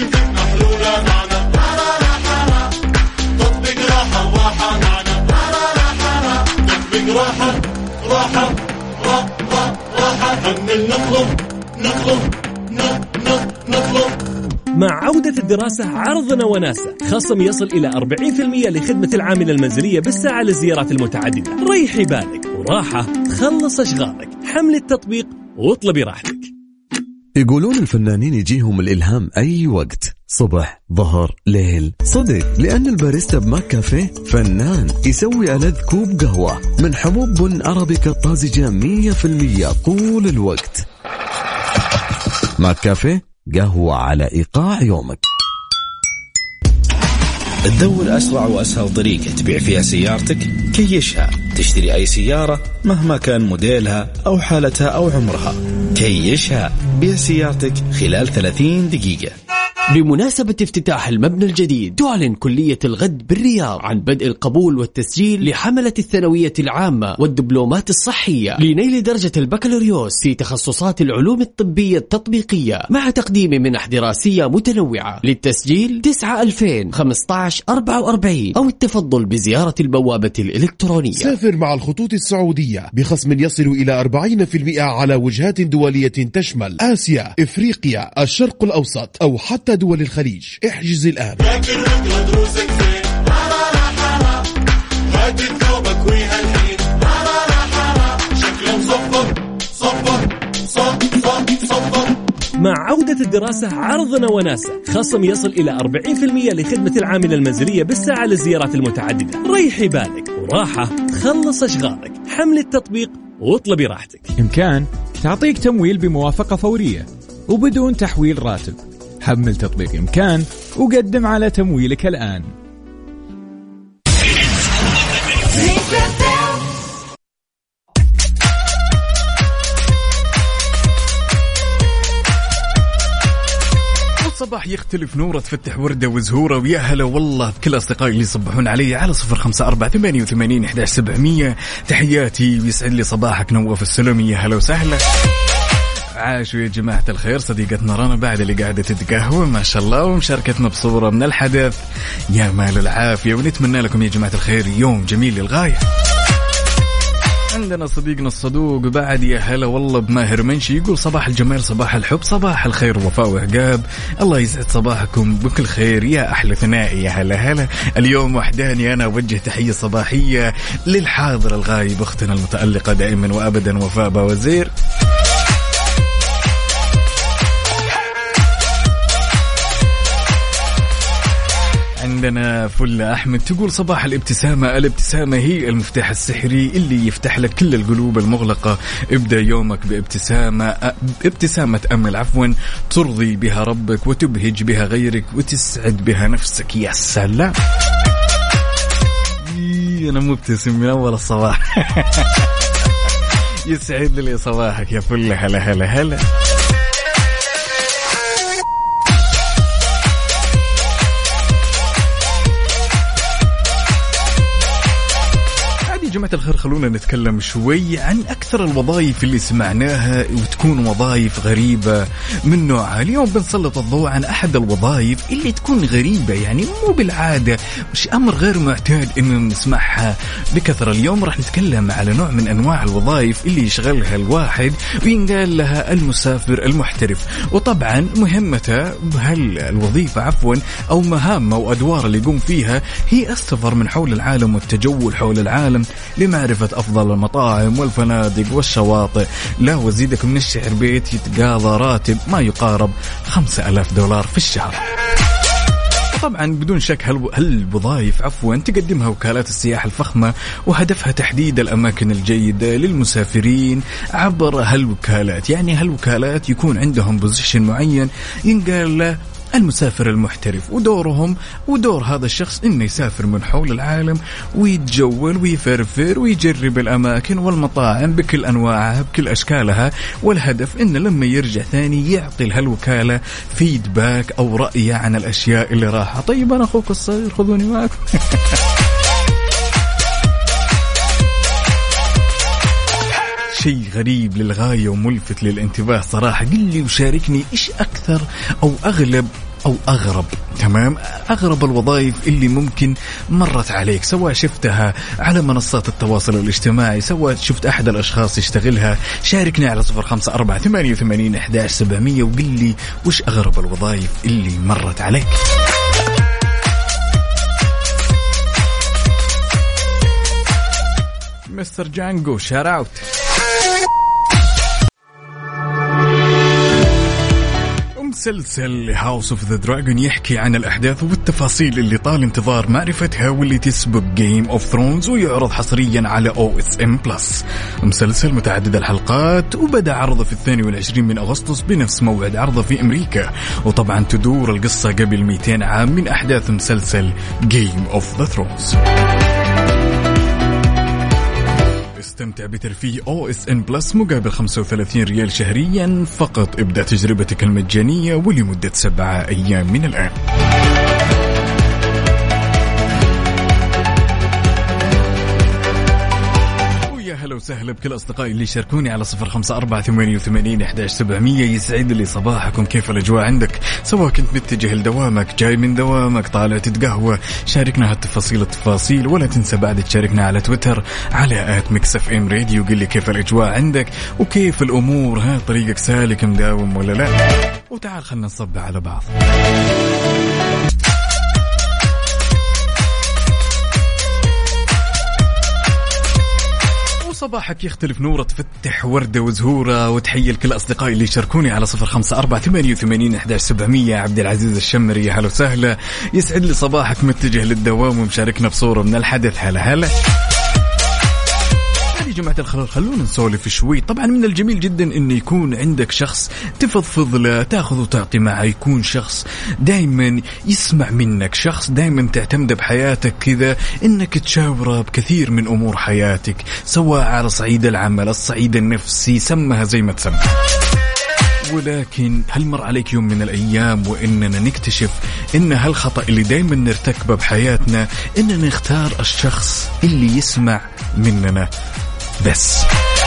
مع عودة الدراسة عرضنا وناسة خصم يصل إلى 40% لخدمة العاملة المنزلية بالساعة للزيارات المتعددة. ريحي بالك وراحة تخلص أشغالك. حمل التطبيق واطلبي راحتك. يقولون الفنانين يجيهم الإلهام أي وقت، صبح ظهر ليل. صدق، لأن الباريستا بماك كافيه فنان يسوي ألذ كوب قهوة من حبوب بن أرابيكا طازجة 100% طول الوقت. ماك كافيه، قهوة على إيقاع يومك. تدور أسرع وأسهل طريقة تبيع فيها سيارتك؟ كيشها. تشتري أي سيارة مهما كان موديلها أو حالتها أو عمرها، كيشها. بيع سيارتك خلال 30 دقيقة. بمناسبة افتتاح المبنى الجديد تعلن كلية الغد بالرياض عن بدء القبول والتسجيل لحملة الثانوية العامة والدبلومات الصحية لنيل درجة البكالوريوس في تخصصات العلوم الطبية التطبيقية مع تقديم منح دراسية متنوعة. للتسجيل 9/2015-44 أو التفضل بزيارة البوابة الإلكترونية. سافر مع الخطوط السعودية بخصم يصل إلى 40% على وجهات دولية تشمل آسيا، إفريقيا، الشرق الأوسط أو حتى دول الخليج. احجز الآن. مع عودة الدراسة عرضنا وناسة، خصم يصل إلى 40% لخدمة العاملة المنزلية بالساعة للزيارات المتعددة. ريحي بالك وراحة خلص أشغالك. حمل التطبيق واطلبي راحتك. إمكان تعطيك تمويل بموافقة فورية وبدون تحويل راتب. حمل تطبيق إمكان وقدم على تمويلك الآن. صباح يختلف نوره، تفتح وردة وزهورة، ويا هلا والله بكل أصدقائي اللي يصبحون علي على 0548811700. تحياتي ويسعد لي صباحك نواف السلمي. يا هلا وسهلا. عاشوا يا جماعة الخير. صديقتنا رنا بعد اللي قاعدة تتقهوى ما شاء الله ومشاركتنا بصورة من الحدث. يا مال العافية، ونتمنى لكم يا جماعة الخير يوم جميل للغاية. عندنا صديقنا الصدوق بعد يا هلا والله بماهر منشي، يقول صباح الجمال، صباح الحب، صباح الخير وفاء وعقاب. الله يسعد صباحكم بكل خير يا أحلى ثنائي. يا هلا هلا. اليوم وحداني أنا أوجه تحية صباحية للحاضر الغايب أختنا المتألقة دائما وأبدا وفاء باوزير. عندنا فلة أحمد تقول صباح الابتسامة، الابتسامة هي المفتاح السحري اللي يفتح لك كل القلوب المغلقة. ابدأ يومك ابتسامة أمل عفوا ترضي بها ربك وتبهج بها غيرك وتسعد بها نفسك. يا سلام، أنا مبتسم من أول الصباح. يسعد لي صباحك يا فلة. هلا هلا هلا. جماعة الخير خلونا نتكلم شوي عن أكثر الوظائف اللي سمعناها وتكون وظائف غريبة من نوعها. اليوم بنسلط الضوء عن أحد الوظائف اللي تكون غريبة، يعني مو بالعادة، مش أمر غير معتاد إن نسمعها بكثرة. اليوم راح نتكلم على نوع من أنواع الوظائف اللي يشغلها الواحد وينقال لها المسافر المحترف. وطبعا مهمته الوظيفة عفوا أو مهامة وأدوار اللي يقوم فيها هي السفر من حول العالم والتجول حول العالم لمعرفة أفضل المطاعم والفنادق والشواطئ. لا وزيدك من الشعر بيت يتقاضى راتب ما يقارب $5,000 في الشهر. طبعا بدون شك هالوظائف عفوا تقدمها وكالات السياحة الفخمة، وهدفها تحديد الأماكن الجيدة للمسافرين عبر هالوكالات. يعني هالوكالات يكون عندهم بوزيشن معين ينقال له المسافر المحترف، ودورهم ودور هذا الشخص إنه يسافر من حول العالم ويتجول ويفرفر ويجرب الأماكن والمطاعم بكل أنواعها بكل أشكالها، والهدف إنه لما يرجع ثاني يعطي هالوكالة فيدباك أو رأي عن الأشياء اللي راحة. طيب أنا أخوك الصغير خذوني معكم. شيء غريب للغاية وملفت للانتباه صراحة. قل لي وشاركني إيش أكثر أو أغلب أو أغرب، تمام، أغرب الوظائف اللي ممكن مرت عليك، سواء شفتها على منصات التواصل الاجتماعي، سواء شفت أحد الأشخاص يشتغلها. شاركني على 0548811700 وقل لي وش أغرب الوظائف اللي مرت عليك. مستر جانجو شار اوت. مسلسل هاوس اوف ذا دراجون يحكي عن الأحداث والتفاصيل اللي طال انتظار معرفتها واللي تسبق جيم اوف ثرونز، ويعرض حصريا على OSM+. مسلسل متعدد الحلقات وبدأ عرضه في 22 من أغسطس بنفس موعد عرضه في أمريكا. وطبعا تدور القصة قبل 200 عام من أحداث مسلسل جيم اوف ذا ثرونز. استمتع بترفيه OSN بلس مقابل 35 ريال شهريا فقط. ابدأ تجربتك المجانية ولمدة 7 أيام من الآن. هلا وسهلا بكل أصدقائي اللي يشاركوني على 0548811700. يسعد لي صباحكم. كيف الأجواء عندك؟ سواء كنت متجه لدوامك، جاي من دوامك، طالع تتقهوى، شاركنا هالتفاصيل ولا تنسى بعد تشاركنا على تويتر على @mixfmradio. قل لي كيف الأجواء عندك وكيف الأمور. ها طريقك سالك مداوم ولا لا؟ وتعال خلنا نصب على بعض. صباحك يختلف نوره، تفتح وردة وزهورة. وتحيي لكل أصدقائي اللي يشاركوني على 0548811700. عبد العزيز الشمري هلا وسهلا. يسعد لي صباحك متجه للدوام ومشاركنا بصورة من الحدث. هلا جماعة الخير خلونا نسولف شوي. طبعا من الجميل جدا إن يكون عندك شخص تفضفض له، تاخذ وتعطي معه، يكون شخص دائما يسمع منك، شخص دائما تعتمد بحياتك كذا إنك تشاوره بكثير من أمور حياتك، سواء على صعيد العمل، الصعيد النفسي، سمها زي ما تسمى. ولكن هل مر عليك يوم من الأيام وإننا نكتشف إن هالخطأ اللي دايما نرتكبه بحياتنا إننا نختار الشخص اللي يسمع مننا بس؟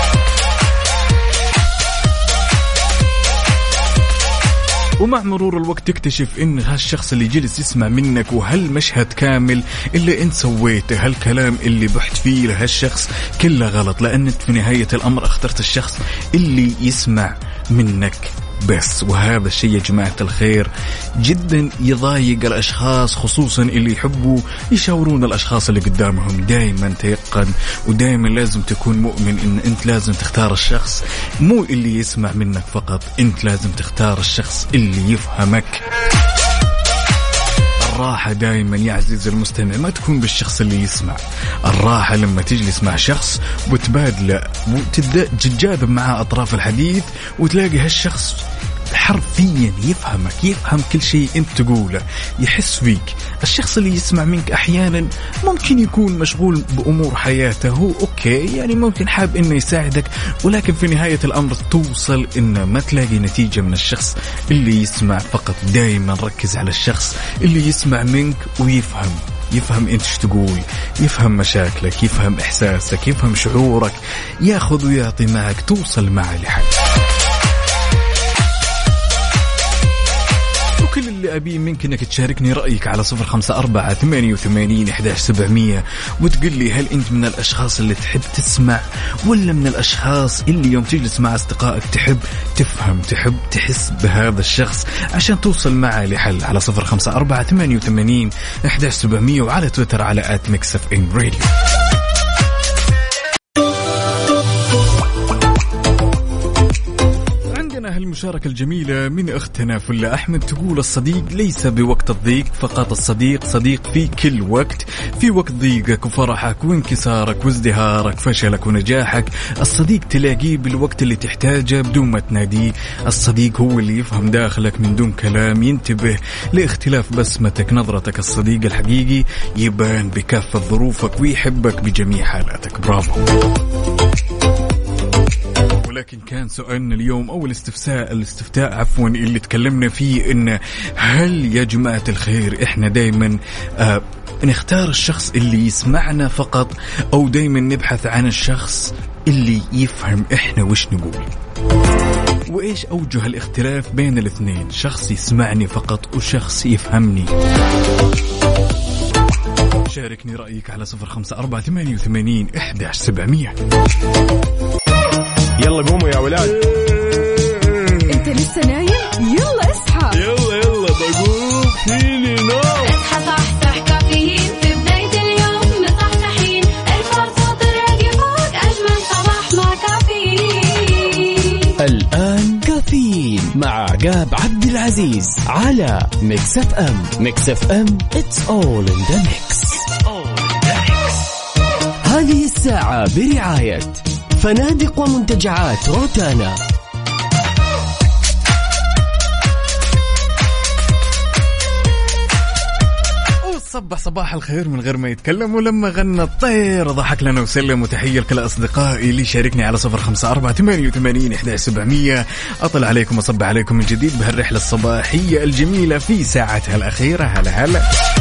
ومع مرور الوقت تكتشف إن هالشخص اللي جلس يسمع منك وهالمشهد كامل اللي انت سويته، هالكلام اللي بحت فيه لهالشخص كله غلط، لأنك في نهاية الأمر اخترت الشخص اللي يسمع منك بس. وهذا الشيء يا جماعة الخير جدا يضايق الأشخاص، خصوصا اللي يحبوا يشاورون الأشخاص اللي قدامهم. دائما تيقن ودائما لازم تكون مؤمن إن أنت لازم تختار الشخص مو اللي يسمع منك فقط، أنت لازم تختار الشخص اللي يفهمك. الراحة دائما يا عزيز المستمع ما تكون بالشخص اللي يسمع. الراحة لما تجلس مع شخص وتبادله وتتجاذب مع أطراف الحديث وتلاقي هالشخص حرفيا يفهمك، يفهم كل شيء انت تقوله، يحس فيك. الشخص اللي يسمع منك احيانا ممكن يكون مشغول بامور حياته، هو اوكي يعني ممكن حاب انه يساعدك، ولكن في نهاية الامر توصل انه ما تلاقي نتيجة من الشخص اللي يسمع فقط. دائما ركز على الشخص اللي يسمع منك ويفهم انت ايش تقول، يفهم مشاكلك، يفهم احساسك، يفهم شعورك، ياخذ ويعطي معك، توصل معه لحد. وكل اللي أبيه منك أنك تشاركني رأيك على 0548811700 وتقول لي هل أنت من الأشخاص اللي تحب تسمع ولا من الأشخاص اللي يوم تجلس مع أصدقائك تحب تفهم، تحب تحس بهذا الشخص عشان توصل معه لحل. على 0548811700 وعلى تويتر على @mixfmradio. هالمشاركة الجميلة من أختنا فلة أحمد تقول الصديق ليس بوقت الضيق فقط، الصديق صديق في كل وقت، في وقت ضيقك وفرحك وانكسارك وازدهارك، فشلك ونجاحك. الصديق تلاقيه بالوقت اللي تحتاجه بدون ما تناديه. الصديق هو اللي يفهم داخلك من دون كلام، ينتبه لاختلاف بسمتك، نظرتك. الصديق الحقيقي يبان بكافة ظروفك ويحبك بجميع حالاتك. برافو. ولكن كان سؤالنا اليوم أو الاستفتاء عفوا اللي تكلمنا فيه إن هل يا جماعة الخير إحنا دايما نختار الشخص اللي يسمعنا فقط أو دايما نبحث عن الشخص اللي يفهم إحنا وش نقول؟ وإيش أوجه الاختلاف بين الاثنين، شخص يسمعني فقط وشخص يفهمني؟ شاركني رأيك على 0548811700. يلا قوموا يا ولاد. انت لسه نايم؟ يلا اصحى. يلا بقوم فيني نوم. اصحى صحصح كافيين في بداية اليوم مصحصحين، الفرصة تراقي فوق أجمل صباح مع كافيين. الآن كافيين مع عقاب عبد العزيز على ميكس اف ام. ميكس اف ام it's all in the mix. هذه الساعة برعاية فنادق ومنتجعات روتانا. صبح صباح الخير من غير ما يتكلم، ولما غنى الطير ضحك لنا وسلم. وتحية لكل أصدقائي اللي شاركني على 0548811700. أطل عليكم وصب عليكم من جديد بهالرحلة الصباحية الجميلة في ساعتها الأخيرة. هلا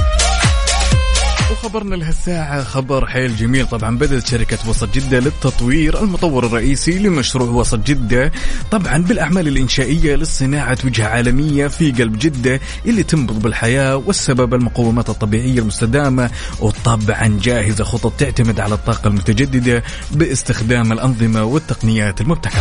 وخبرنا لهالساعة خبر حيل جميل. طبعا بدأت شركة وسط جدة للتطوير المطور الرئيسي لمشروع وسط جدة، طبعا بالأعمال الإنشائية للصناعة وجهة عالمية في قلب جدة اللي تنبض بالحياة، والسبب المقومات الطبيعية المستدامة، وطبعا جاهزة خطط تعتمد على الطاقة المتجددة باستخدام الأنظمة والتقنيات المبتكرة.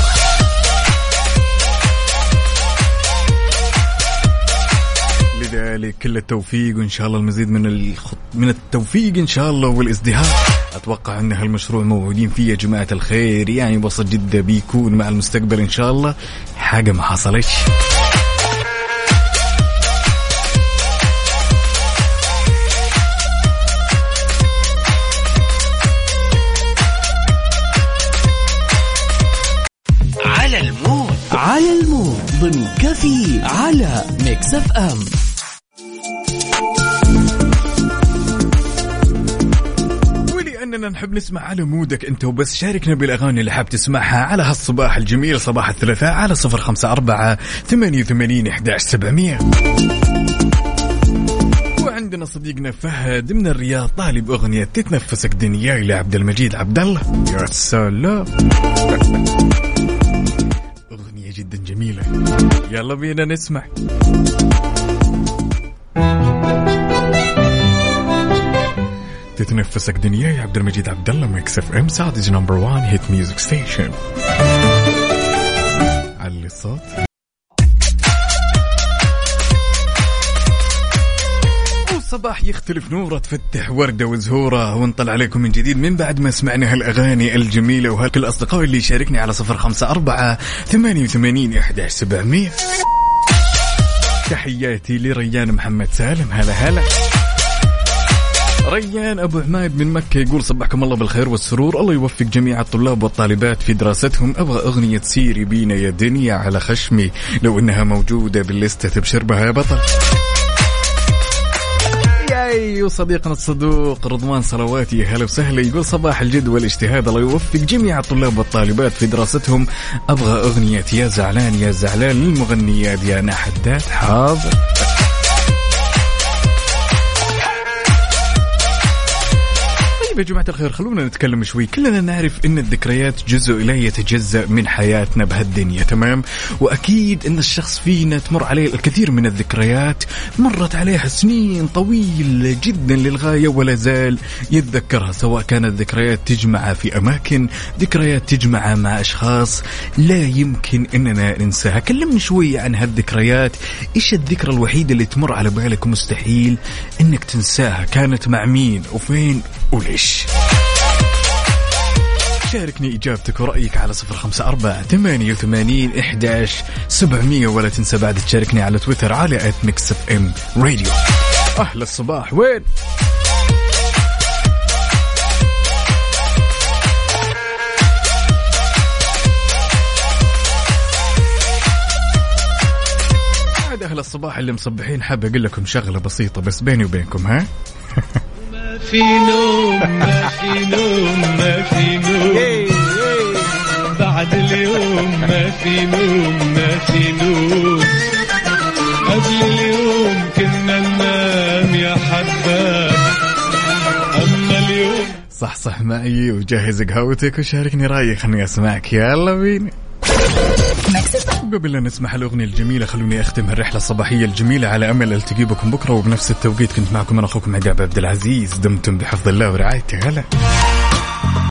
لذلك كل التوفيق وإن شاء الله المزيد من التوفيق إن شاء الله والازدهار. أتوقع أن هالمشروع موجودين فيه يا جماعة الخير، يعني وسط جدة بيكون مع المستقبل إن شاء الله حاجة ما حصلتش. على المود ضمن كفي على ميكس اف ام. ولأننا نحب نسمع على مودك انت وبس، شاركنا بالأغاني اللي حاب تسمعها على هالصباح الجميل صباح الثلاثاء على 0548811700. وعندنا صديقنا فهد من الرياض طالب أغنية تتنفسك دنياي لعبد المجيد عبد الله. يا سلام، أغنية جدا جميلة، يلا بينا نسمع. تتنفسك دنياي عبد المجيد عبد الله. ميكس اف ام سعوديز نمبر 1 هيت ميوزك ستيشن. علي الصوت. والصباح يختلف نوره، تفتح وردة وزهورة، ونطلع عليكم من جديد من بعد ما سمعنا هالأغاني الجميلة. وهالكل الأصدقاء اللي يشاركني على 0548811700. تحياتي لريان محمد سالم. هلا ريان أبو عماد من مكة يقول صبحكم الله بالخير والسرور، الله يوفق جميع الطلاب والطالبات في دراستهم. أبغى أغنية سيري بينا يا دنيا على خشمي، لو إنها موجودة بالليستة تبشر بها يا بطل. وصديقنا الصدوق رضوان صلواتي هلا وسهلا يقول صباح الجد والاجتهاد، الله يوفق جميع الطلاب والطالبات في دراستهم. أبغى أغنية يا زعلان يا زعلان للمغنية ديانا حداد. حاضر. يا جماعة الخير خلونا نتكلم شوي. كلنا نعرف ان الذكريات جزء لا يتجزأ من حياتنا بهالدنيا، تمام؟ واكيد ان الشخص فينا تمر عليه الكثير من الذكريات، مرت عليها سنين طويلة جدا للغاية ولا زال يتذكرها، سواء كانت ذكريات تجمع في اماكن، ذكريات تجمع مع اشخاص لا يمكن اننا ننساها. كلمني شوي عن هالذكريات. ايش الذكرى الوحيدة اللي تمر على بالك مستحيل انك تنساها؟ كانت مع مين وفين وليش؟ شاركني إجابتك ورأيك على 0548811700. ولا تنسى بعد تشاركني على تويتر على @mixfmradio. أهل الصباح وين؟ بعد أهل الصباح اللي مصبحين حاب أقول لكم شغلة بسيطة بس بيني وبينكم، ها؟ ما في نوم ما في نوم ما في نوم بعد اليوم، ما في نوم ما في نوم. قبل اليوم كنا ننام يا حباب، أما اليوم صح معي وجهز قهوتك وشاركني رأيك، خلني أسمعك. يلا بينا. قبل لا نسمح الأغنية الجميلة خلوني أختم الرحلة الصباحية الجميلة على أمل ألتقي بكم بكرة وبنفس التوقيت. كنت معكم أنا أخوكم عقاب عبد العزيز، دمتم بحفظ الله ورعايته. هلا.